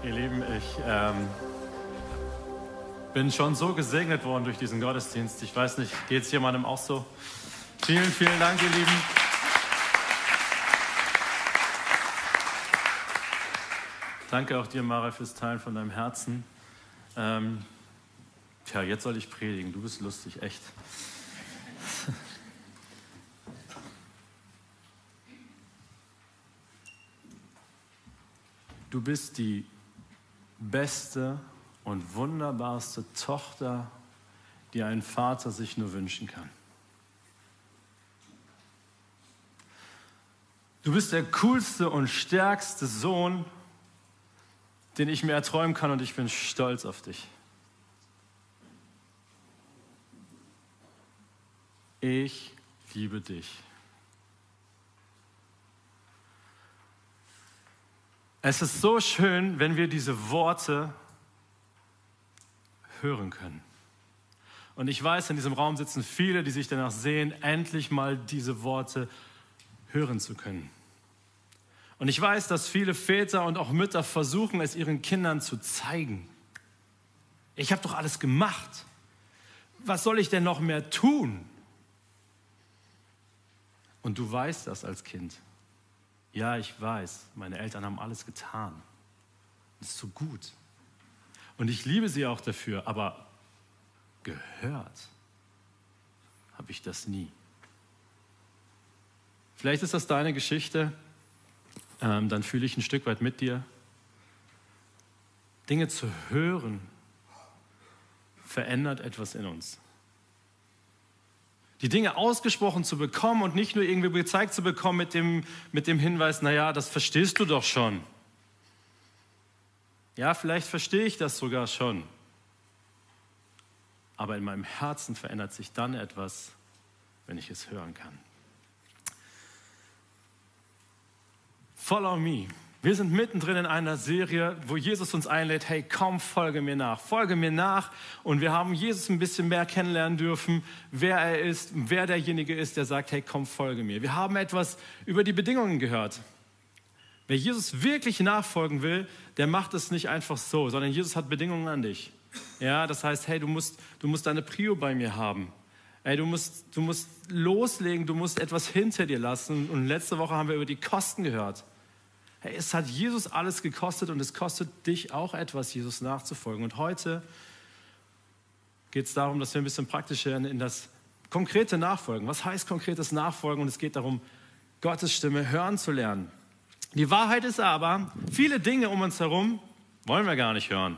Ihr Lieben, ich bin schon so gesegnet worden durch diesen Gottesdienst. Ich weiß nicht, geht es jemandem auch so? Vielen, vielen Dank, ihr Lieben. Danke auch dir, Mara, fürs Teilen von deinem Herzen. Jetzt soll ich predigen. Du bist lustig, echt. Du bist die beste und wunderbarste Tochter, die ein Vater sich nur wünschen kann. Du bist der coolste und stärkste Sohn, den ich mir erträumen kann, und ich bin stolz auf dich. Ich liebe dich. Es ist so schön, wenn wir diese Worte hören können. Und ich weiß, in diesem Raum sitzen viele, die sich danach sehen, endlich mal diese Worte hören zu können. Und ich weiß, dass viele Väter und auch Mütter versuchen, es ihren Kindern zu zeigen. Ich habe doch alles gemacht. Was soll ich denn noch mehr tun? Und du weißt das als Kind. Ja, ich weiß, meine Eltern haben alles getan. Das ist so gut. Und ich liebe sie auch dafür, aber gehört habe ich das nie. Vielleicht ist das deine Geschichte, dann fühle ich ein Stück weit mit dir. Dinge zu hören verändert etwas in uns. Die Dinge ausgesprochen zu bekommen und nicht nur irgendwie gezeigt zu bekommen mit dem Hinweis, naja, das verstehst du doch schon. Ja, vielleicht verstehe ich das sogar schon. Aber in meinem Herzen verändert sich dann etwas, wenn ich es hören kann. Follow me. Wir sind mittendrin in einer Serie, wo Jesus uns einlädt, hey, komm, folge mir nach. Folge mir nach. Und wir haben Jesus ein bisschen mehr kennenlernen dürfen, wer er ist, wer derjenige ist, der sagt, hey, komm, folge mir. Wir haben etwas über die Bedingungen gehört. Wer Jesus wirklich nachfolgen will, der macht es nicht einfach so, sondern Jesus hat Bedingungen an dich. Ja, das heißt, hey, du musst deine Prio bei mir haben. Hey, du musst loslegen, du musst etwas hinter dir lassen. Und letzte Woche haben wir über die Kosten gehört. Hey, es hat Jesus alles gekostet und es kostet dich auch etwas, Jesus nachzufolgen. Und heute geht es darum, dass wir ein bisschen praktischer in das konkrete Nachfolgen. Was heißt konkretes Nachfolgen? Und es geht darum, Gottes Stimme hören zu lernen. Die Wahrheit ist aber, viele Dinge um uns herum wollen wir gar nicht hören.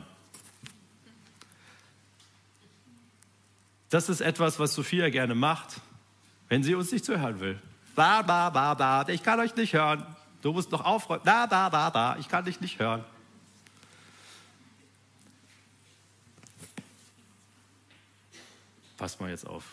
Das ist etwas, was Sophia gerne macht, wenn sie uns nicht zuhören will. Ba, ba, ba, ba, ich kann euch nicht hören. Du musst noch aufräumen. Da, da, da, da. Ich kann dich nicht hören. Pass mal jetzt auf.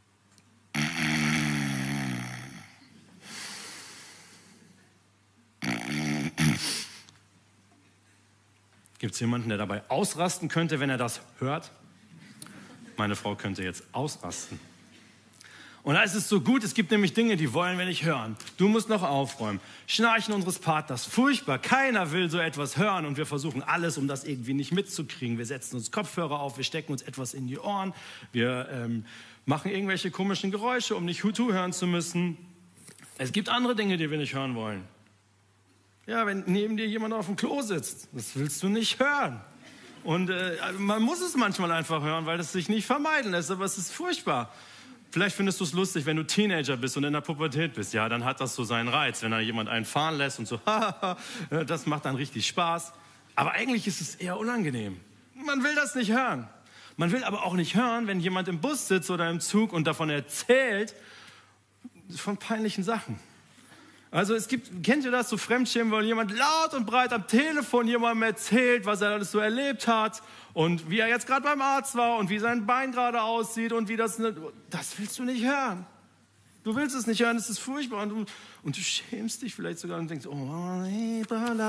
Gibt es jemanden, der dabei ausrasten könnte, wenn er das hört? Meine Frau könnte jetzt ausrasten. Und da ist es so gut, es gibt nämlich Dinge, die wollen wir nicht hören. Du musst noch aufräumen. Schnarchen unseres Partners, furchtbar. Keiner will so etwas hören und wir versuchen alles, um das irgendwie nicht mitzukriegen. Wir setzen uns Kopfhörer auf, wir stecken uns etwas in die Ohren, wir machen irgendwelche komischen Geräusche, um nicht Hutu hören zu müssen. Es gibt andere Dinge, die wir nicht hören wollen. Ja, wenn neben dir jemand auf dem Klo sitzt, das willst du nicht hören. Und man muss es manchmal einfach hören, weil es sich nicht vermeiden lässt, aber es ist furchtbar. Vielleicht findest du es lustig, wenn du Teenager bist und in der Pubertät bist. Ja, dann hat das so seinen Reiz, wenn da jemand einen fahren lässt und so, das macht dann richtig Spaß. Aber eigentlich ist es eher unangenehm. Man will das nicht hören. Man will aber auch nicht hören, wenn jemand im Bus sitzt oder im Zug und davon erzählt, von peinlichen Sachen. Also kennt ihr das, so Fremdschämen, weil jemand laut und breit am Telefon jemandem erzählt, was er alles so erlebt hat und wie er jetzt gerade beim Arzt war und wie sein Bein gerade aussieht und wie das willst du nicht hören. Du willst es nicht hören, es ist furchtbar und du schämst dich vielleicht sogar und denkst, oh, nee,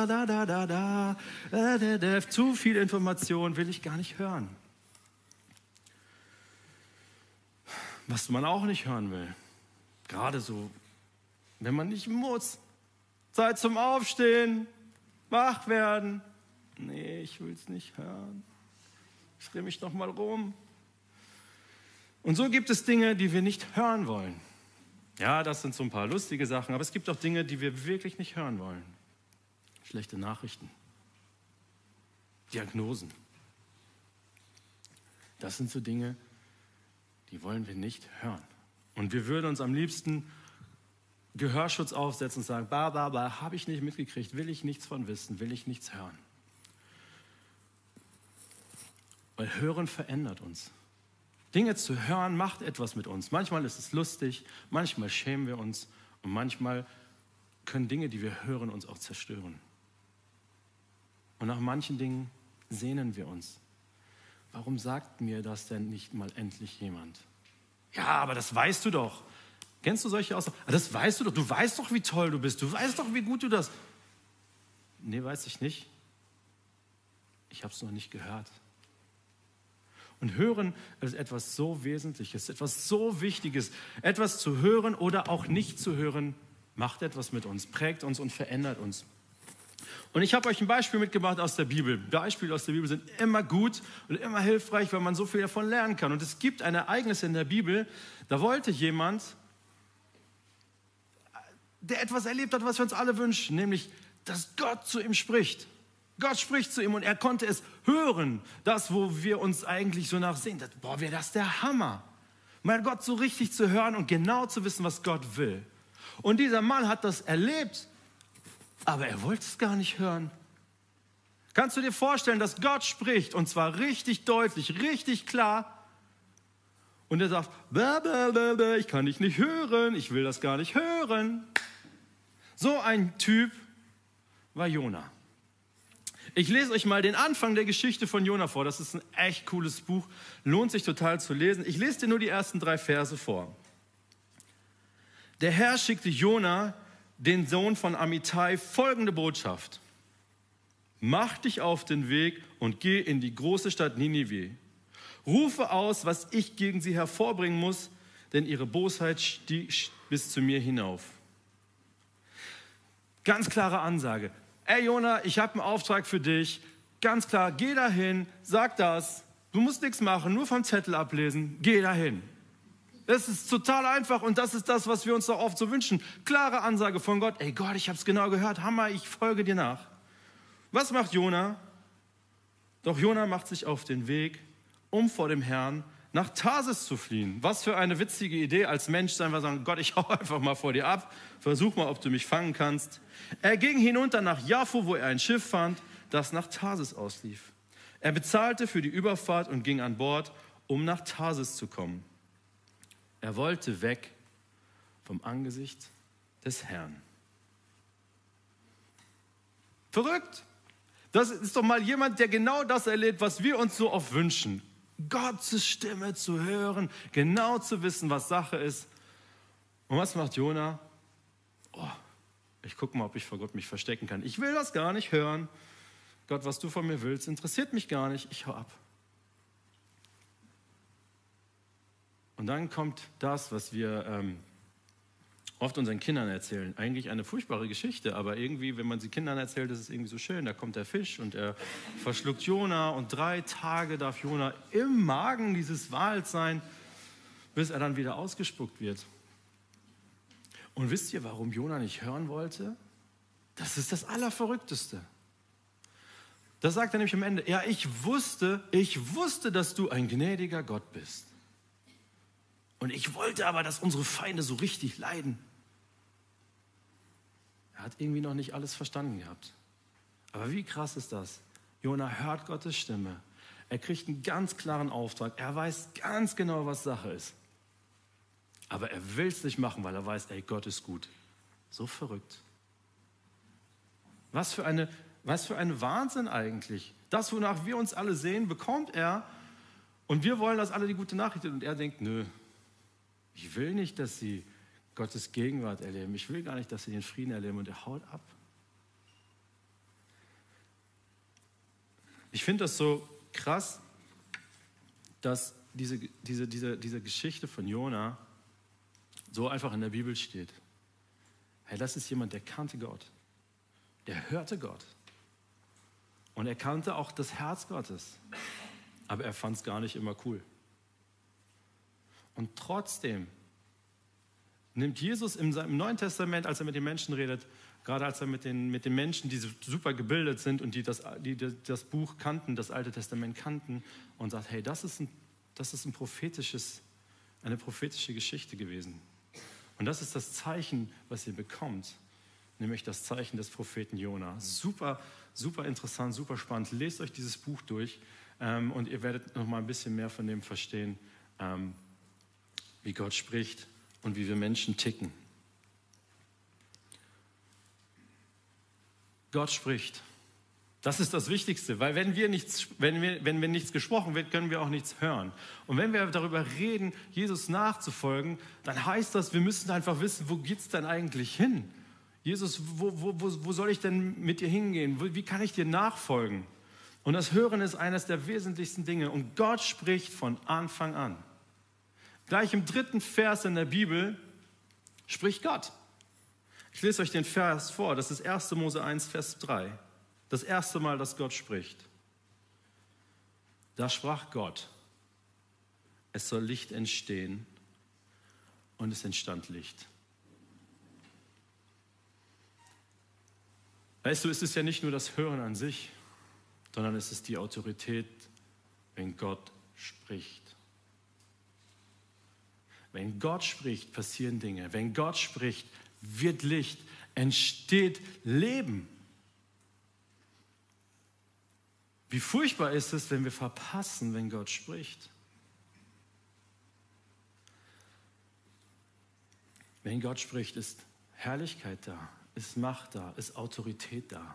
zu viel Information will ich gar nicht hören. Was man auch nicht hören will, gerade so, wenn man nicht muss. Zeit zum Aufstehen, wach werden. Nee, ich will es nicht hören. Ich drehe mich noch mal rum. Und so gibt es Dinge, die wir nicht hören wollen. Ja, das sind so ein paar lustige Sachen, aber es gibt auch Dinge, die wir wirklich nicht hören wollen. Schlechte Nachrichten. Diagnosen. Das sind so Dinge, die wollen wir nicht hören. Und wir würden uns am liebsten Gehörschutz aufsetzen und sagen, habe ich nicht mitgekriegt, will ich nichts von wissen, will ich nichts hören. Weil Hören verändert uns. Dinge zu hören macht etwas mit uns. Manchmal ist es lustig, manchmal schämen wir uns und manchmal können Dinge, die wir hören, uns auch zerstören. Und nach manchen Dingen sehnen wir uns. Warum sagt mir das denn nicht mal endlich jemand? Ja, aber das weißt du doch. Kennst du solche Aussagen? Das weißt du doch. Du weißt doch, wie toll du bist. Du weißt doch, wie gut du das... Nee, weiß ich nicht. Ich habe es noch nicht gehört. Und Hören ist etwas so Wesentliches, etwas so Wichtiges. Etwas zu hören oder auch nicht zu hören, macht etwas mit uns, prägt uns und verändert uns. Und ich habe euch ein Beispiel mitgebracht aus der Bibel. Beispiele aus der Bibel sind immer gut und immer hilfreich, weil man so viel davon lernen kann. Und es gibt ein Ereignis in der Bibel, da wollte jemand, der etwas erlebt hat, was wir uns alle wünschen, nämlich, dass Gott zu ihm spricht. Gott spricht zu ihm und er konnte es hören. Das, wo wir uns eigentlich so nachsehen. Boah, wäre das der Hammer. Mal Gott so richtig zu hören und genau zu wissen, was Gott will. Und dieser Mann hat das erlebt, aber er wollte es gar nicht hören. Kannst du dir vorstellen, dass Gott spricht und zwar richtig deutlich, richtig klar und er sagt, ich kann dich nicht hören, ich will das gar nicht hören. So ein Typ war Jona. Ich lese euch mal den Anfang der Geschichte von Jona vor. Das ist ein echt cooles Buch, lohnt sich total zu lesen. Ich lese dir nur die ersten 3 Verse vor. Der Herr schickte Jona, den Sohn von Amittai, folgende Botschaft. Mach dich auf den Weg und geh in die große Stadt Ninive. Rufe aus, was ich gegen sie hervorbringen muss, denn ihre Bosheit stieg bis zu mir hinauf. Ganz klare Ansage. Ey Jona, ich habe einen Auftrag für dich. Ganz klar, geh dahin, sag das. Du musst nichts machen, nur vom Zettel ablesen. Geh dahin. Das ist total einfach und das ist das, was wir uns doch oft so wünschen. Klare Ansage von Gott. Ey Gott, ich habe es genau gehört. Hammer, ich folge dir nach. Was macht Jona? Doch Jona macht sich auf den Weg, um vor dem Herrn nach Tarsis zu fliehen. Was für eine witzige Idee, als Mensch sein wir sagen, Gott, ich hau einfach mal vor dir ab, versuch mal, ob du mich fangen kannst. Er ging hinunter nach Jaffo, wo er ein Schiff fand, das nach Tarsis auslief. Er bezahlte für die Überfahrt und ging an Bord, um nach Tarsis zu kommen. Er wollte weg vom Angesicht des Herrn. Verrückt! Das ist doch mal jemand, der genau das erlebt, was wir uns so oft wünschen. Gottes Stimme zu hören, genau zu wissen, was Sache ist. Und was macht Jona? Oh, ich gucke mal, ob ich vor Gott mich verstecken kann. Ich will das gar nicht hören. Gott, was du von mir willst, interessiert mich gar nicht. Ich hau ab. Und dann kommt das, was wir oft unseren Kindern erzählen. Eigentlich eine furchtbare Geschichte, aber irgendwie, wenn man sie Kindern erzählt, ist es irgendwie so schön. Da kommt der Fisch und er verschluckt Jona und 3 Tage darf Jona im Magen dieses Wals sein, bis er dann wieder ausgespuckt wird. Und wisst ihr, warum Jona nicht hören wollte? Das ist das Allerverrückteste. Das sagt er nämlich am Ende. Ja, ich wusste, dass du ein gnädiger Gott bist. Und ich wollte aber, dass unsere Feinde so richtig leiden. Er hat irgendwie noch nicht alles verstanden gehabt. Aber wie krass ist das? Jona hört Gottes Stimme. Er kriegt einen ganz klaren Auftrag. Er weiß ganz genau, was Sache ist. Aber er will es nicht machen, weil er weiß, ey, Gott ist gut. So verrückt. Was für ein Wahnsinn eigentlich. Das, wonach wir uns alle sehen, bekommt er. Und wir wollen, dass alle die gute Nachricht sind. Und er denkt, nö, ich will nicht, dass sie Gottes Gegenwart erleben. Ich will gar nicht, dass sie den Frieden erleben. Und er haut ab. Ich finde das so krass, dass diese Geschichte von Jona so einfach in der Bibel steht. Hey, das ist jemand, der kannte Gott. Der hörte Gott. Und er kannte auch das Herz Gottes. Aber er fand es gar nicht immer cool. Und trotzdem nimmt Jesus im Neuen Testament, als er mit den Menschen redet, gerade als er mit den Menschen, die super gebildet sind und die das Buch kannten, das Alte Testament kannten, und sagt, hey, das ist eine prophetische Geschichte gewesen. Und das ist das Zeichen, was ihr bekommt, nämlich das Zeichen des Propheten Jona. Super, super interessant, super spannend. Lest euch dieses Buch durch und ihr werdet noch mal ein bisschen mehr von dem verstehen, wie Gott spricht und wie wir Menschen ticken. Gott spricht. Das ist das Wichtigste, weil wenn nichts gesprochen wird, können wir auch nichts hören. Und wenn wir darüber reden, Jesus nachzufolgen, dann heißt das, wir müssen einfach wissen, wo geht es denn eigentlich hin? Jesus, wo soll ich denn mit dir hingehen? Wie kann ich dir nachfolgen? Und das Hören ist eines der wesentlichsten Dinge. Und Gott spricht von Anfang an. Gleich im 3. Vers in der Bibel spricht Gott. Ich lese euch den Vers vor, das ist 1. Mose 1, Vers 3. Das erste Mal, dass Gott spricht. Da sprach Gott, es soll Licht entstehen, und es entstand Licht. Weißt du, es ist ja nicht nur das Hören an sich, sondern es ist die Autorität, wenn Gott spricht. Wenn Gott spricht, passieren Dinge. Wenn Gott spricht, wird Licht, entsteht Leben. Wie furchtbar ist es, wenn wir verpassen, wenn Gott spricht. Wenn Gott spricht, ist Herrlichkeit da, ist Macht da, ist Autorität da.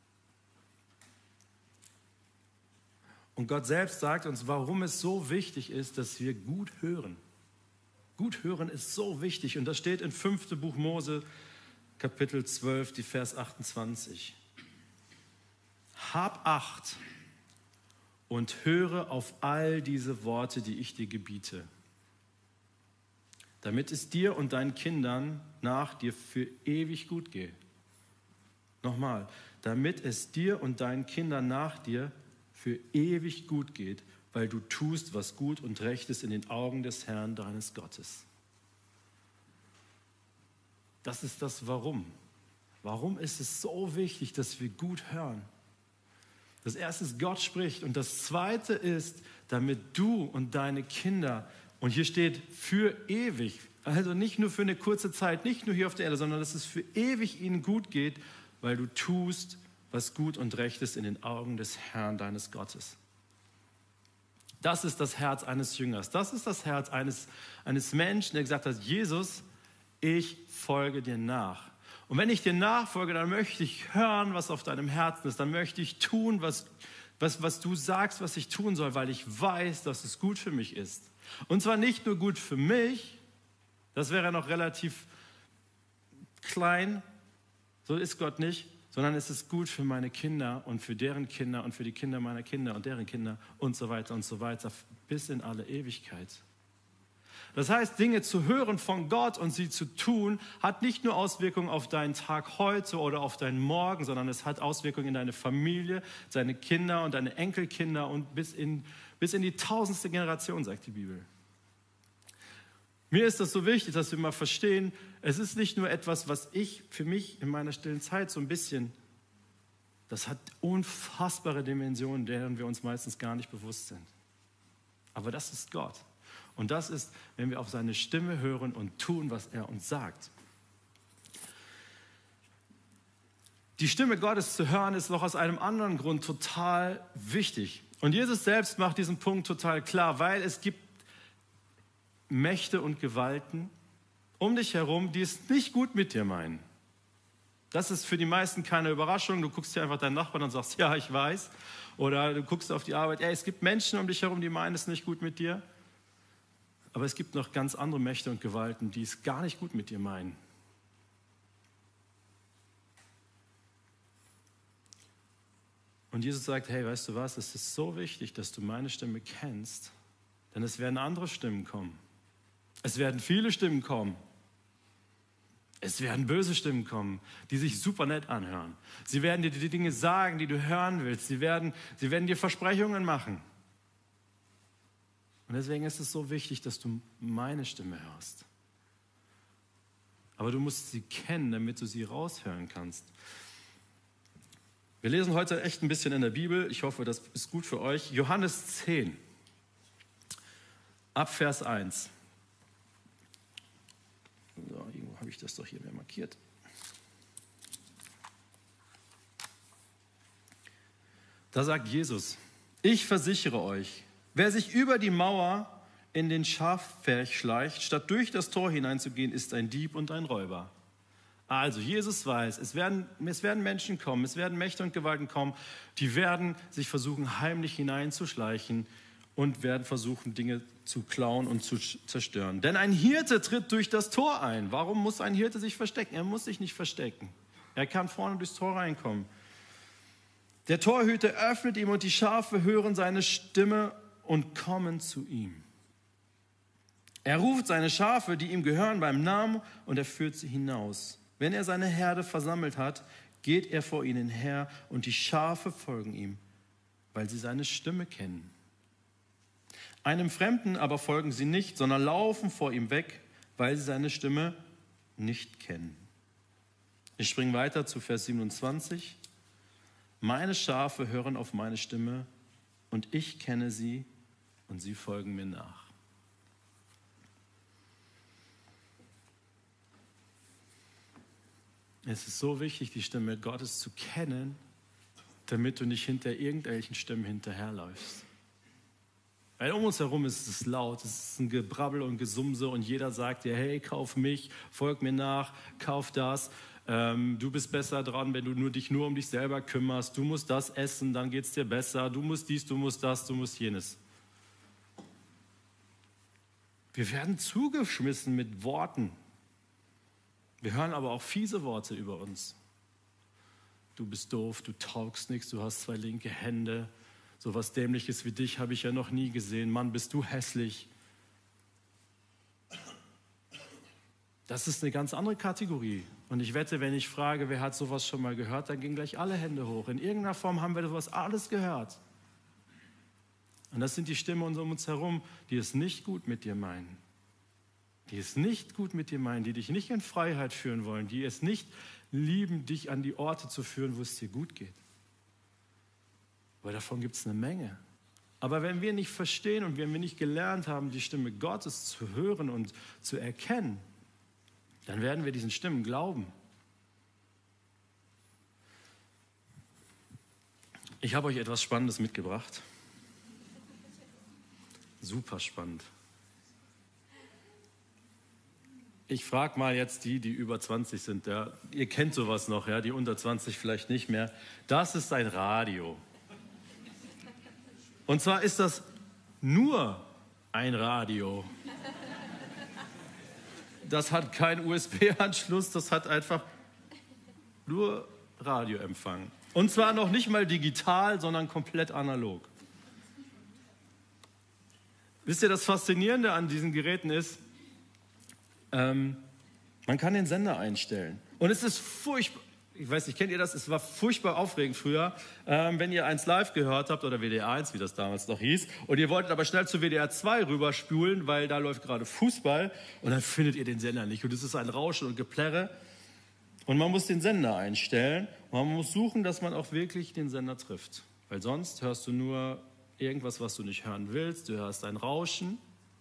Und Gott selbst sagt uns, warum es so wichtig ist, dass wir gut hören. Gut hören ist so wichtig. Und das steht in 5. Buch Mose, Kapitel 12, die Vers 28. Hab Acht und höre auf all diese Worte, die ich dir gebiete, damit es dir und deinen Kindern nach dir für ewig gut geht. Nochmal, damit es dir und deinen Kindern nach dir für ewig gut geht, weil du tust, was gut und recht ist in den Augen des Herrn, deines Gottes. Das ist das Warum. Warum ist es so wichtig, dass wir gut hören? Das erste ist, Gott spricht. Und das zweite ist, damit du und deine Kinder, und hier steht für ewig, also nicht nur für eine kurze Zeit, nicht nur hier auf der Erde, sondern dass es für ewig ihnen gut geht, weil du tust, was gut und recht ist in den Augen des Herrn, deines Gottes. Das ist das Herz eines Jüngers. Das ist das Herz eines Menschen, der gesagt hat, Jesus, ich folge dir nach. Und wenn ich dir nachfolge, dann möchte ich hören, was auf deinem Herzen ist. Dann möchte ich tun, was du sagst, was ich tun soll, weil ich weiß, dass es gut für mich ist. Und zwar nicht nur gut für mich, das wäre noch relativ klein, so ist Gott nicht, sondern es ist gut für meine Kinder und für deren Kinder und für die Kinder meiner Kinder und deren Kinder und so weiter, bis in alle Ewigkeit. Das heißt, Dinge zu hören von Gott und sie zu tun, hat nicht nur Auswirkungen auf deinen Tag heute oder auf deinen Morgen, sondern es hat Auswirkungen in deine Familie, deine Kinder und deine Enkelkinder und bis in die 1000. Generation, sagt die Bibel. Mir ist das so wichtig, dass wir mal verstehen, es ist nicht nur etwas, was ich für mich in meiner stillen Zeit so ein bisschen, das hat unfassbare Dimensionen, deren wir uns meistens gar nicht bewusst sind. Aber das ist Gott. Und das ist, wenn wir auf seine Stimme hören und tun, was er uns sagt. Die Stimme Gottes zu hören, ist noch aus einem anderen Grund total wichtig. Und Jesus selbst macht diesen Punkt total klar, weil es gibt Mächte und Gewalten um dich herum, die es nicht gut mit dir meinen. Das ist für die meisten keine Überraschung. Du guckst dir einfach deinen Nachbarn und sagst, ja, ich weiß. Oder du guckst auf die Arbeit, es gibt Menschen um dich herum, die meinen es nicht gut mit dir. Aber es gibt noch ganz andere Mächte und Gewalten, die es gar nicht gut mit dir meinen. Und Jesus sagt, hey, weißt du was, es ist so wichtig, dass du meine Stimme kennst, denn es werden andere Stimmen kommen. Es werden viele Stimmen kommen, Es werden böse Stimmen kommen, die sich super nett anhören. Sie werden dir die Dinge sagen, die du hören willst. Sie werden dir Versprechungen machen. Und deswegen ist es so wichtig, dass du meine Stimme hörst. Aber du musst sie kennen, damit du sie raushören kannst. Wir lesen heute echt ein bisschen in der Bibel. Ich hoffe, das ist gut für euch. Johannes 10, ab Vers 1. So, irgendwo habe ich das doch hier mehr markiert. Da sagt Jesus: Ich versichere euch, wer sich über die Mauer in den Schafpferch schleicht, statt durch das Tor hineinzugehen, ist ein Dieb und ein Räuber. Also Jesus weiß, es werden Menschen kommen, es werden Mächte und Gewalten kommen, die werden sich versuchen, heimlich hineinzuschleichen und werden versuchen, Dinge zu klauen und zu zerstören. Denn ein Hirte tritt durch das Tor ein. Warum muss ein Hirte sich verstecken? Er muss sich nicht verstecken. Er kann vorne durchs Tor reinkommen. Der Torhüter öffnet ihm und die Schafe hören seine Stimme und kommen zu ihm. Er ruft seine Schafe, die ihm gehören, beim Namen und er führt sie hinaus. Wenn er seine Herde versammelt hat, geht er vor ihnen her und die Schafe folgen ihm, weil sie seine Stimme kennen. Einem Fremden aber folgen sie nicht, sondern laufen vor ihm weg, weil sie seine Stimme nicht kennen. Ich springe weiter zu Vers 27. Meine Schafe hören auf meine Stimme und ich kenne sie und sie folgen mir nach. Es ist so wichtig, die Stimme Gottes zu kennen, damit du nicht hinter irgendwelchen Stimmen hinterherläufst. Weil um uns herum ist es laut, es ist ein Gebrabbel und Gesumse und jeder sagt dir, hey, kauf mich, folg mir nach, kauf das. Du bist besser dran, wenn du dich nur um dich selber kümmerst. Du musst das essen, dann geht es dir besser. Du musst dies, du musst das, du musst jenes. Wir werden zugeschmissen mit Worten. Wir hören aber auch fiese Worte über uns. Du bist doof, du taugst nichts, du hast 2 linke Hände. So was Dämliches wie dich habe ich ja noch nie gesehen. Mann, bist du hässlich. Das ist eine ganz andere Kategorie. Und ich wette, wenn ich frage, wer hat sowas schon mal gehört, dann gehen gleich alle Hände hoch. In irgendeiner Form haben wir sowas alles gehört. Und das sind die Stimmen um uns herum, die es nicht gut mit dir meinen. Die es nicht gut mit dir meinen, die dich nicht in Freiheit führen wollen, die es nicht lieben, dich an die Orte zu führen, wo es dir gut geht. Weil davon gibt es eine Menge. Aber wenn wir nicht verstehen und wenn wir nicht gelernt haben, die Stimme Gottes zu hören und zu erkennen, dann werden wir diesen Stimmen glauben. Ich habe euch etwas Spannendes mitgebracht. Super spannend. Ich frage mal jetzt die über 20 sind. Ja. Ihr kennt sowas noch, ja, die unter 20 vielleicht nicht mehr. Das ist ein Radio. Und zwar ist das nur ein Radio. Das hat keinen USB-Anschluss, das hat einfach nur Radioempfang. Und zwar noch nicht mal digital, sondern komplett analog. Wisst ihr, das Faszinierende an diesen Geräten ist, man kann den Sender einstellen. Und es ist furchtbar, ich weiß nicht, kennt ihr das? Es war furchtbar aufregend früher, wenn ihr 1 Live gehört habt oder WDR 1, wie das damals noch hieß, und ihr wolltet aber schnell zu WDR 2 rüberspulen, weil da läuft gerade Fußball und dann findet ihr den Sender nicht. Und es ist ein Rauschen und Geplärre. Und man muss den Sender einstellen und man muss suchen, dass man auch wirklich den Sender trifft. Weil sonst hörst du nur irgendwas, was du nicht hören willst. Du hörst ein Rauschen.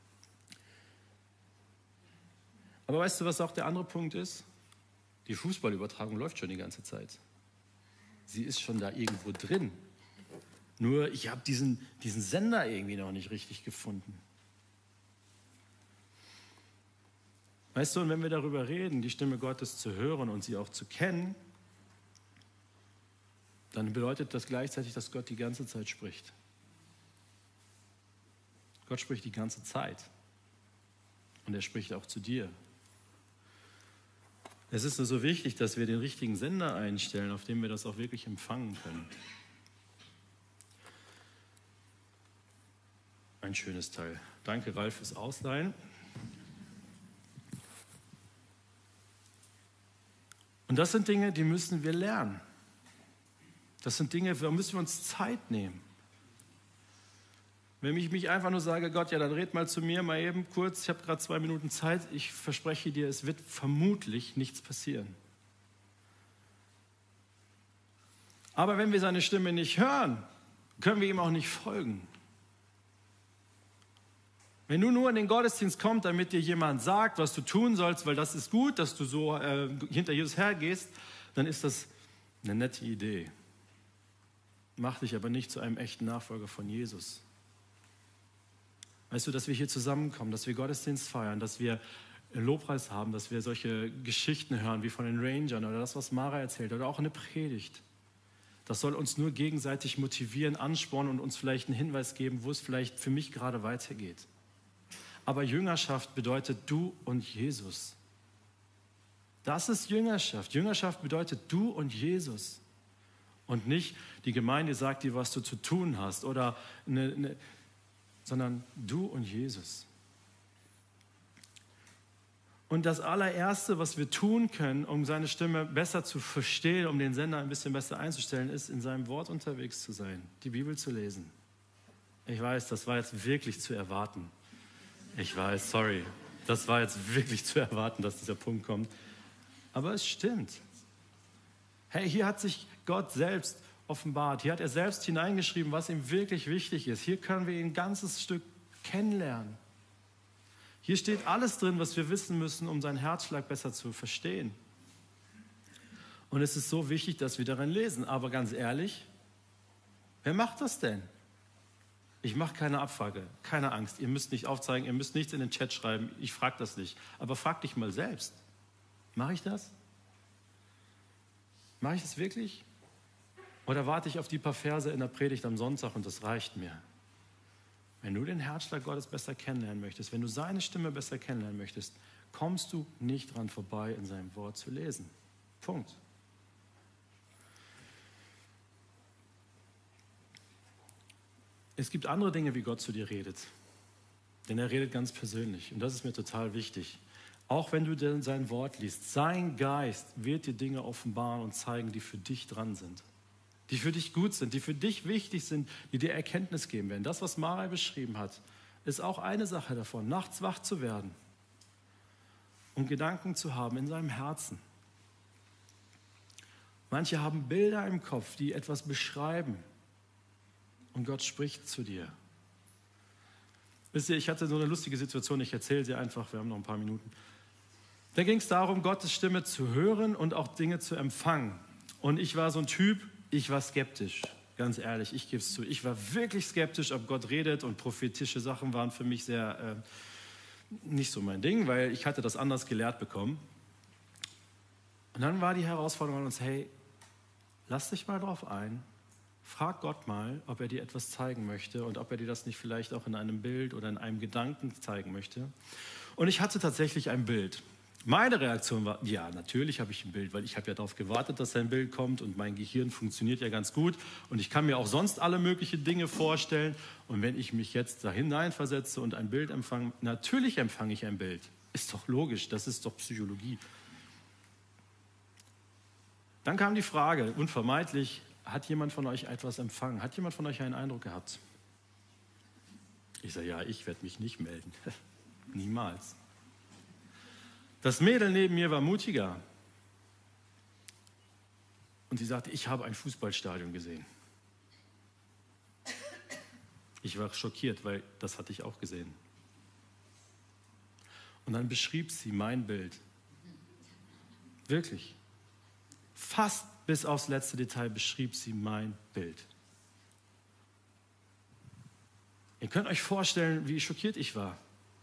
Aber weißt du, was auch der andere Punkt ist? Die Fußballübertragung läuft schon die ganze Zeit. Sie ist schon da irgendwo drin. Nur ich habe diesen Sender irgendwie noch nicht richtig gefunden. Weißt du, und wenn wir darüber reden, die Stimme Gottes zu hören und sie auch zu kennen, dann bedeutet das gleichzeitig, dass Gott die ganze Zeit spricht. Gott spricht die ganze Zeit. Und er spricht auch zu dir. Es ist nur so wichtig, dass wir den richtigen Sender einstellen, auf dem wir das auch wirklich empfangen können. Ein schönes Teil. Danke, Ralf, fürs Ausleihen. Und das sind Dinge, die müssen wir lernen. Das sind Dinge, da müssen wir uns Zeit nehmen. Wenn ich mich einfach nur sage, Gott, ja, dann red mal zu mir, mal eben kurz, ich habe gerade 2 Minuten Zeit, ich verspreche dir, es wird vermutlich nichts passieren. Aber wenn wir seine Stimme nicht hören, können wir ihm auch nicht folgen. Wenn du nur in den Gottesdienst kommst, damit dir jemand sagt, was du tun sollst, weil das ist gut, dass du so hinter Jesus hergehst, dann ist das eine nette Idee. Mach dich aber nicht zu einem echten Nachfolger von Jesus. Weißt du, dass wir hier zusammenkommen, dass wir Gottesdienst feiern, dass wir Lobpreis haben, dass wir solche Geschichten hören wie von den Rangern oder das, was Mara erzählt oder auch eine Predigt. Das soll uns nur gegenseitig motivieren, anspornen und uns vielleicht einen Hinweis geben, wo es vielleicht für mich gerade weitergeht. Aber Jüngerschaft bedeutet du und Jesus. Das ist Jüngerschaft. Jüngerschaft bedeutet du und Jesus. Und nicht die Gemeinde sagt dir, was du zu tun hast, oder sondern du und Jesus. Und das allererste, was wir tun können, um seine Stimme besser zu verstehen, um den Sender ein bisschen besser einzustellen, ist, in seinem Wort unterwegs zu sein, die Bibel zu lesen. Ich weiß, das war jetzt wirklich zu erwarten. Ich weiß, sorry. Das war jetzt wirklich zu erwarten, dass dieser Punkt kommt. Aber es stimmt. Hey, hier hat sich Gott selbst offenbart. Hier hat er selbst hineingeschrieben, was ihm wirklich wichtig ist. Hier können wir ihn ein ganzes Stück kennenlernen. Hier steht alles drin, was wir wissen müssen, um seinen Herzschlag besser zu verstehen. Und es ist so wichtig, dass wir darin lesen. Aber ganz ehrlich, wer macht das denn? Ich mache keine Abfrage, keine Angst. Ihr müsst nicht aufzeigen, ihr müsst nichts in den Chat schreiben. Ich frage das nicht. Aber frag dich mal selbst. Mache ich das? Mache ich das wirklich? Oder warte ich auf die paar Verse in der Predigt am Sonntag und das reicht mir? Wenn du den Herzschlag Gottes besser kennenlernen möchtest, wenn du seine Stimme besser kennenlernen möchtest, kommst du nicht dran vorbei, in seinem Wort zu lesen. Punkt. Es gibt andere Dinge, wie Gott zu dir redet. Denn er redet ganz persönlich. Und das ist mir total wichtig. Auch wenn du denn sein Wort liest, sein Geist wird dir Dinge offenbaren und zeigen, die für dich dran sind. Die für dich gut sind, die für dich wichtig sind, die dir Erkenntnis geben werden. Das, was Mara beschrieben hat, ist auch eine Sache davon, nachts wach zu werden und Gedanken zu haben in seinem Herzen. Manche haben Bilder im Kopf, die etwas beschreiben und Gott spricht zu dir. Wisst ihr, ich hatte so eine lustige Situation, ich erzähle sie einfach, wir haben noch ein paar Minuten. Da ging es darum, Gottes Stimme zu hören und auch Dinge zu empfangen. Und ich war so ein Typ, ich war skeptisch, ganz ehrlich, ich gebe es zu. Ich war wirklich skeptisch, ob Gott redet, und prophetische Sachen waren für mich sehr nicht so mein Ding, weil ich hatte das anders gelehrt bekommen. Und dann war die Herausforderung an uns, hey, lass dich mal drauf ein, frag Gott mal, ob er dir etwas zeigen möchte und ob er dir das nicht vielleicht auch in einem Bild oder in einem Gedanken zeigen möchte. Und ich hatte tatsächlich ein Bild. Meine Reaktion war, ja, natürlich habe ich ein Bild, weil ich habe ja darauf gewartet, dass ein Bild kommt und mein Gehirn funktioniert ja ganz gut und ich kann mir auch sonst alle möglichen Dinge vorstellen. Und wenn ich mich jetzt da hineinversetze und ein Bild empfange, natürlich empfange ich ein Bild. Ist doch logisch, das ist doch Psychologie. Dann kam die Frage, unvermeidlich, hat jemand von euch etwas empfangen? Hat jemand von euch einen Eindruck gehabt? Ich sage, ja, ich werde mich nicht melden. Niemals. Das Mädel neben mir war mutiger. Und sie sagte, ich habe ein Fußballstadion gesehen. Ich war schockiert, weil das hatte ich auch gesehen. Und dann beschrieb sie mein Bild. Wirklich. Fast bis aufs letzte Detail beschrieb sie mein Bild. Ihr könnt euch vorstellen, wie schockiert ich war.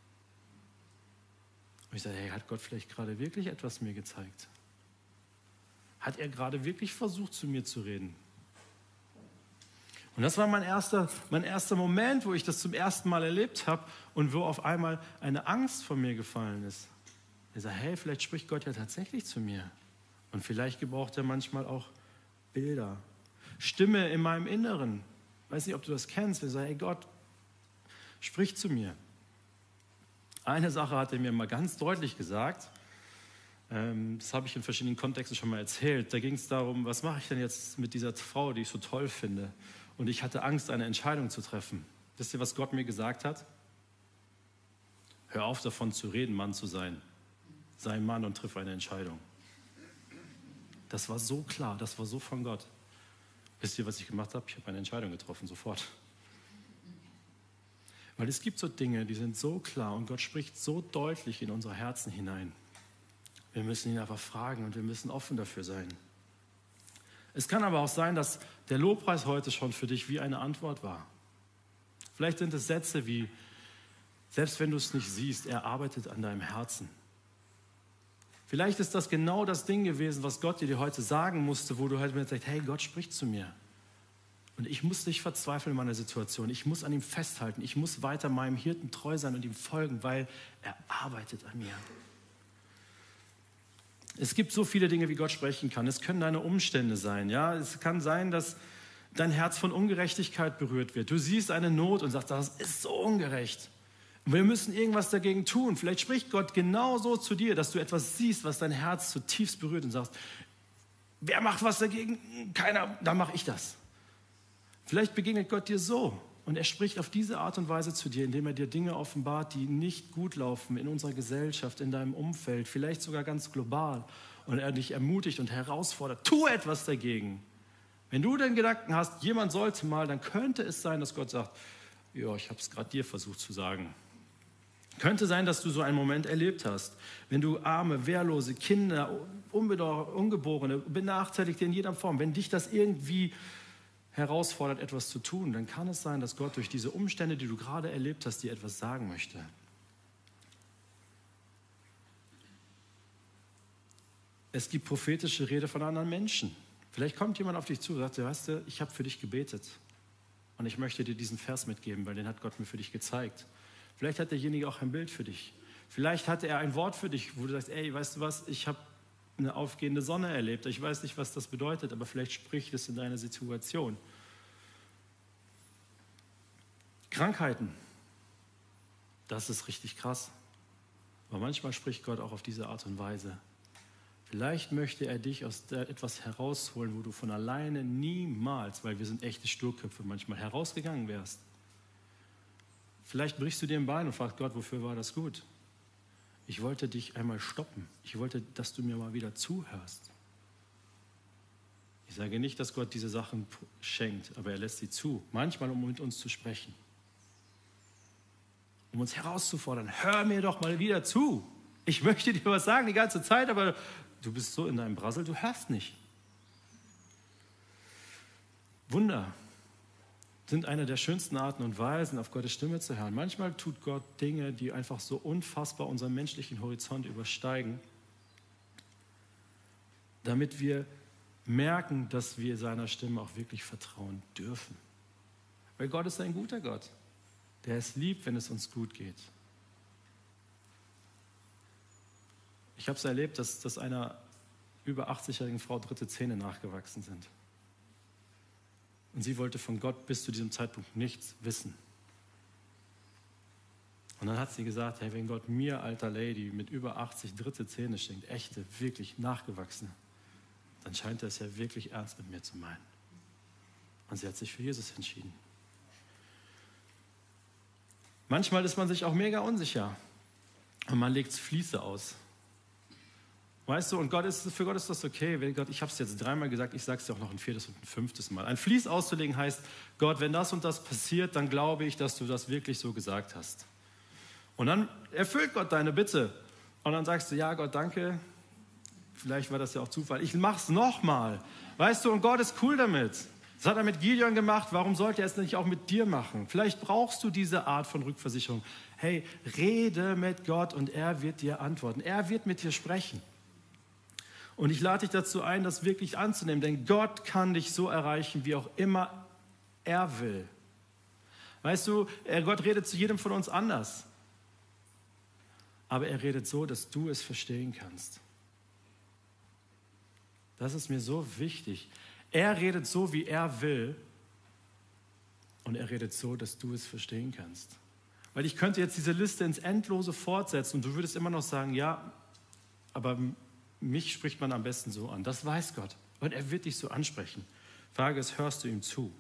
Und ich sagte, hey, hat Gott vielleicht gerade wirklich etwas mir gezeigt? Hat er gerade wirklich versucht, zu mir zu reden? Und das war mein erster Moment, wo ich das zum ersten Mal erlebt habe und wo auf einmal eine Angst von mir gefallen ist. Ich sage, hey, vielleicht spricht Gott ja tatsächlich zu mir. Und vielleicht gebraucht er manchmal auch Bilder. Stimme in meinem Inneren. Ich weiß nicht, ob du das kennst. Wir sagen, hey Gott, sprich zu mir. Eine Sache hat er mir mal ganz deutlich gesagt. Das habe ich in verschiedenen Kontexten schon mal erzählt. Da ging es darum, was mache ich denn jetzt mit dieser Frau, die ich so toll finde? Und ich hatte Angst, eine Entscheidung zu treffen. Wisst ihr, was Gott mir gesagt hat? Hör auf davon zu reden, Mann zu sein. Sei Mann und triff eine Entscheidung. Das war so klar, das war so von Gott. Wisst ihr, was ich gemacht habe? Ich habe eine Entscheidung getroffen, sofort. Weil es gibt so Dinge, die sind so klar und Gott spricht so deutlich in unsere Herzen hinein. Wir müssen ihn einfach fragen und wir müssen offen dafür sein. Es kann aber auch sein, dass der Lobpreis heute schon für dich wie eine Antwort war. Vielleicht sind es Sätze wie, selbst wenn du es nicht siehst, er arbeitet an deinem Herzen. Vielleicht ist das genau das Ding gewesen, was Gott dir heute sagen musste, wo du halt mir sagst, hey, Gott spricht zu mir. Und ich muss nicht verzweifeln in meiner Situation. Ich muss an ihm festhalten. Ich muss weiter meinem Hirten treu sein und ihm folgen, weil er arbeitet an mir. Es gibt so viele Dinge, wie Gott sprechen kann. Es können deine Umstände sein. Ja? Es kann sein, dass dein Herz von Ungerechtigkeit berührt wird. Du siehst eine Not und sagst, das ist so ungerecht. Und wir müssen irgendwas dagegen tun. Vielleicht spricht Gott genau so zu dir, dass du etwas siehst, was dein Herz zutiefst berührt und sagst, wer macht was dagegen? Keiner, dann mache ich das. Vielleicht begegnet Gott dir so und er spricht auf diese Art und Weise zu dir, indem er dir Dinge offenbart, die nicht gut laufen in unserer Gesellschaft, in deinem Umfeld, vielleicht sogar ganz global. Und er dich ermutigt und herausfordert, tu etwas dagegen. Wenn du den Gedanken hast, jemand sollte mal, dann könnte es sein, dass Gott sagt, ja, ich habe es gerade dir versucht zu sagen. Könnte sein, dass du so einen Moment erlebt hast, wenn du arme, wehrlose Kinder, Ungeborene, Benachteiligte in jeder Form, wenn dich das irgendwie herausfordert, etwas zu tun, dann kann es sein, dass Gott durch diese Umstände, die du gerade erlebt hast, dir etwas sagen möchte. Es gibt prophetische Rede von anderen Menschen. Vielleicht kommt jemand auf dich zu und sagt, weißt du, ich habe für dich gebetet und ich möchte dir diesen Vers mitgeben, weil den hat Gott mir für dich gezeigt. Vielleicht hat derjenige auch ein Bild für dich. Vielleicht hat er ein Wort für dich, wo du sagst, ey, weißt du was, ich habe eine aufgehende Sonne erlebt. Ich weiß nicht, was das bedeutet, aber vielleicht spricht es in deine Situation. Krankheiten, das ist richtig krass. Aber manchmal spricht Gott auch auf diese Art und Weise. Vielleicht möchte er dich aus etwas herausholen, wo du von alleine niemals, weil wir sind echte Sturköpfe manchmal, herausgegangen wärst. Vielleicht brichst du dir ein Bein und fragst Gott, wofür war das gut? Ich wollte dich einmal stoppen. Ich wollte, dass du mir mal wieder zuhörst. Ich sage nicht, dass Gott diese Sachen schenkt, aber er lässt sie zu. Manchmal, um mit uns zu sprechen. Um uns herauszufordern. Hör mir doch mal wieder zu. Ich möchte dir was sagen die ganze Zeit, aber du bist so in deinem Brassel, du hörst nicht. Wunder sind eine der schönsten Arten und Weisen, auf Gottes Stimme zu hören. Manchmal tut Gott Dinge, die einfach so unfassbar unseren menschlichen Horizont übersteigen, damit wir merken, dass wir seiner Stimme auch wirklich vertrauen dürfen. Weil Gott ist ein guter Gott, der es liebt, wenn es uns gut geht. Ich habe es erlebt, dass einer über 80-jährigen Frau 3. Zähne nachgewachsen sind. Und sie wollte von Gott bis zu diesem Zeitpunkt nichts wissen. Und dann hat sie gesagt, hey, wenn Gott mir, alter Lady, mit über 80 3. Zähne schenkt, echte, wirklich nachgewachsene, dann scheint er es ja wirklich ernst mit mir zu meinen. Und sie hat sich für Jesus entschieden. Manchmal ist man sich auch mega unsicher und man legt Fließe aus. Weißt du, und für Gott ist das okay. Wenn Gott, ich habe es jetzt 3-mal gesagt, ich sage es dir auch noch ein 4. und ein 5. Mal. Ein Fließ auszulegen heißt, Gott, wenn das und das passiert, dann glaube ich, dass du das wirklich so gesagt hast. Und dann erfüllt Gott deine Bitte. Und dann sagst du, ja Gott, danke. Vielleicht war das ja auch Zufall. Ich mache es nochmal. Weißt du, und Gott ist cool damit. Das hat er mit Gideon gemacht. Warum sollte er es nicht auch mit dir machen? Vielleicht brauchst du diese Art von Rückversicherung. Hey, rede mit Gott und er wird dir antworten. Er wird mit dir sprechen. Und ich lade dich dazu ein, das wirklich anzunehmen, denn Gott kann dich so erreichen, wie auch immer er will. Weißt du, Gott redet zu jedem von uns anders. Aber er redet so, dass du es verstehen kannst. Das ist mir so wichtig. Er redet so, wie er will. Und er redet so, dass du es verstehen kannst. Weil ich könnte jetzt diese Liste ins Endlose fortsetzen und du würdest immer noch sagen, ja, aber mich spricht man am besten so an. Das weiß Gott. Und er wird dich so ansprechen. Frage ist, hörst du ihm zu?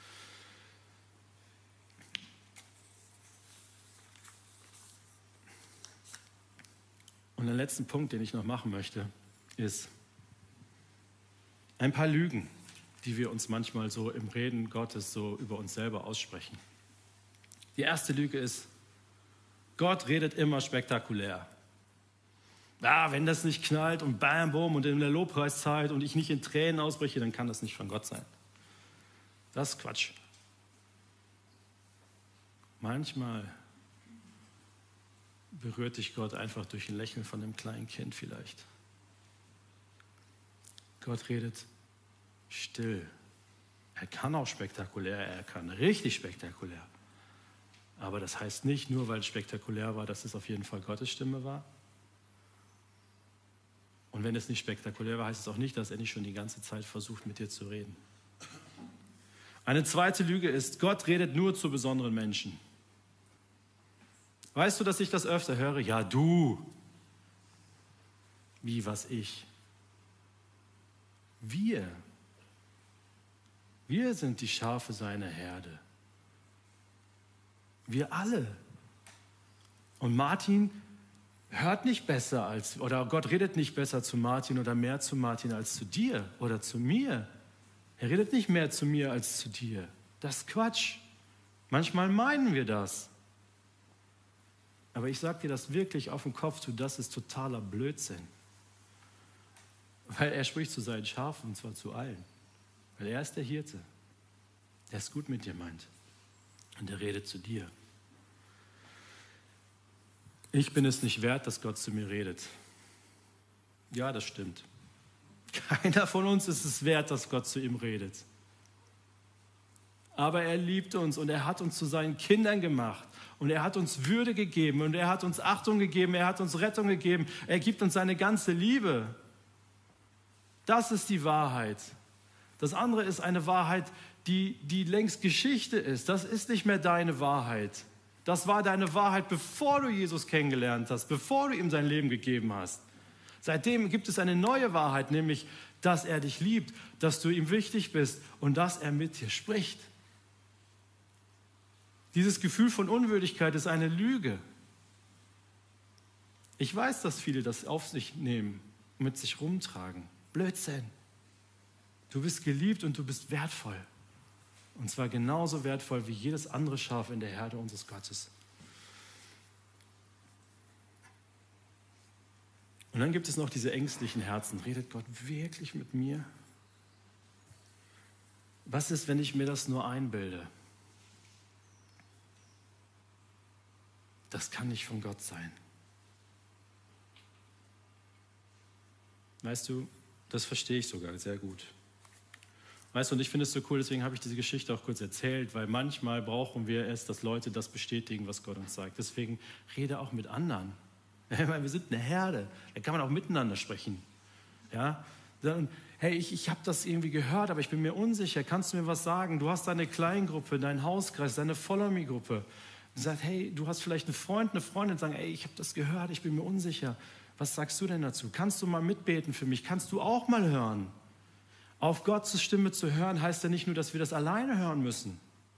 Und der letzte Punkt, den ich noch machen möchte, ist ein paar Lügen, die wir uns manchmal so im Reden Gottes so über uns selber aussprechen. Die erste Lüge ist, Gott redet immer spektakulär. Ja, wenn das nicht knallt und bam, boom und in der Lobpreiszeit und ich nicht in Tränen ausbreche, dann kann das nicht von Gott sein. Das ist Quatsch. Manchmal berührt dich Gott einfach durch ein Lächeln von einem kleinen Kind vielleicht. Gott redet still. Er kann auch spektakulär, er kann richtig spektakulär. Aber das heißt nicht, nur weil es spektakulär war, dass es auf jeden Fall Gottes Stimme war. Und wenn es nicht spektakulär war, heißt es auch nicht, dass er nicht schon die ganze Zeit versucht, mit dir zu reden. Eine zweite Lüge ist, Gott redet nur zu besonderen Menschen. Weißt du, dass ich das öfter höre? Ja, du. Wie, was ich? Wir. Wir sind die Schafe seiner Herde. Wir alle. Und Martin hört nicht besser als, oder Gott redet nicht besser zu Martin oder mehr zu Martin als zu dir oder zu mir. Er redet nicht mehr zu mir als zu dir. Das ist Quatsch. Manchmal meinen wir das. Aber ich sage dir das wirklich auf den Kopf zu, das ist totaler Blödsinn. Weil er spricht zu seinen Schafen, und zwar zu allen. Weil er ist der Hirte, der es gut mit dir meint. Und er redet zu dir. Ich bin es nicht wert, dass Gott zu mir redet. Ja, das stimmt. Keiner von uns ist es wert, dass Gott zu ihm redet. Aber er liebt uns und er hat uns zu seinen Kindern gemacht. Und er hat uns Würde gegeben und er hat uns Achtung gegeben, er hat uns Rettung gegeben. Er gibt uns seine ganze Liebe. Das ist die Wahrheit. Das andere ist eine Wahrheit, die längst Geschichte ist. Das ist nicht mehr deine Wahrheit. Das war deine Wahrheit, bevor du Jesus kennengelernt hast, bevor du ihm sein Leben gegeben hast. Seitdem gibt es eine neue Wahrheit, nämlich, dass er dich liebt, dass du ihm wichtig bist und dass er mit dir spricht. Dieses Gefühl von Unwürdigkeit ist eine Lüge. Ich weiß, dass viele das auf sich nehmen und mit sich rumtragen. Blödsinn. Du bist geliebt und du bist wertvoll. Und zwar genauso wertvoll wie jedes andere Schaf in der Herde unseres Gottes. Und dann gibt es noch diese ängstlichen Herzen. Redet Gott wirklich mit mir? Was ist, wenn ich mir das nur einbilde? Das kann nicht von Gott sein. Weißt du, das verstehe ich sogar sehr gut. Weißt du, und ich finde es so cool, deswegen habe ich diese Geschichte auch kurz erzählt, weil manchmal brauchen wir es, dass Leute das bestätigen, was Gott uns sagt. Deswegen rede auch mit anderen. Wir sind eine Herde, da kann man auch miteinander sprechen. Ja? Hey, ich habe das irgendwie gehört, aber ich bin mir unsicher. Kannst du mir was sagen? Du hast deine Kleingruppe, deinen Hauskreis, deine Follow-Me-Gruppe. Du sagst, hey, du hast vielleicht einen Freund, eine Freundin, sagen, ey, ich habe das gehört, ich bin mir unsicher. Was sagst du denn dazu? Kannst du mal mitbeten für mich? Kannst du auch mal hören? Auf Gottes Stimme zu hören, heißt ja nicht nur, dass wir das alleine hören müssen.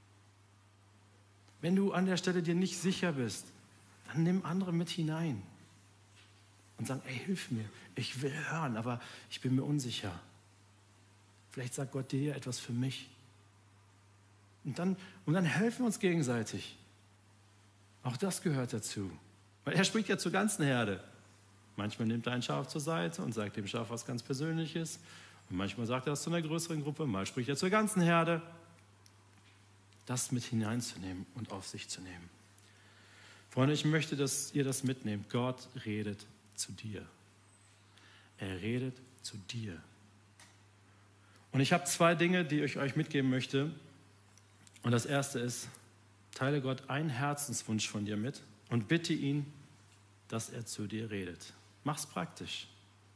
Wenn du an der Stelle dir nicht sicher bist, dann nimm andere mit hinein. Und sagen, ey, hilf mir, ich will hören, aber ich bin mir unsicher. Vielleicht sagt Gott dir etwas für mich. Und dann helfen wir uns gegenseitig. Auch das gehört dazu. Weil er spricht ja zur ganzen Herde. Manchmal nimmt er ein Schaf zur Seite und sagt dem Schaf was ganz Persönliches. Und manchmal sagt er das zu einer größeren Gruppe. Mal spricht er zur ganzen Herde. Das mit hineinzunehmen und auf sich zu nehmen. Freunde, ich möchte, dass ihr das mitnehmt. Gott redet zu dir. Er redet zu dir. Und ich habe 2 Dinge, die ich euch mitgeben möchte. Und das erste ist, teile Gott einen Herzenswunsch von dir mit und bitte ihn, dass er zu dir redet. Mach's praktisch.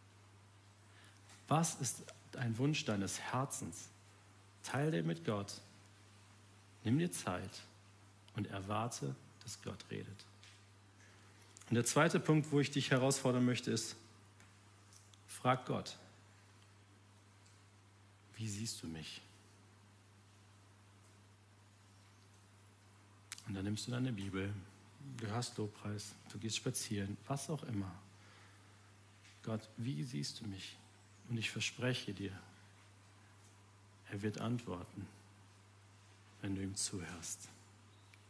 Was ist ein Wunsch deines Herzens? Teile den mit Gott. Nimm dir Zeit und erwarte, dass Gott redet. Und der zweite Punkt, wo ich dich herausfordern möchte, ist, Frag Gott, wie siehst du mich? Und dann nimmst du deine Bibel, du hörst Lobpreis, du gehst spazieren, was auch immer. Gott, wie siehst du mich? Und ich verspreche dir, er wird antworten, wenn du ihm zuhörst.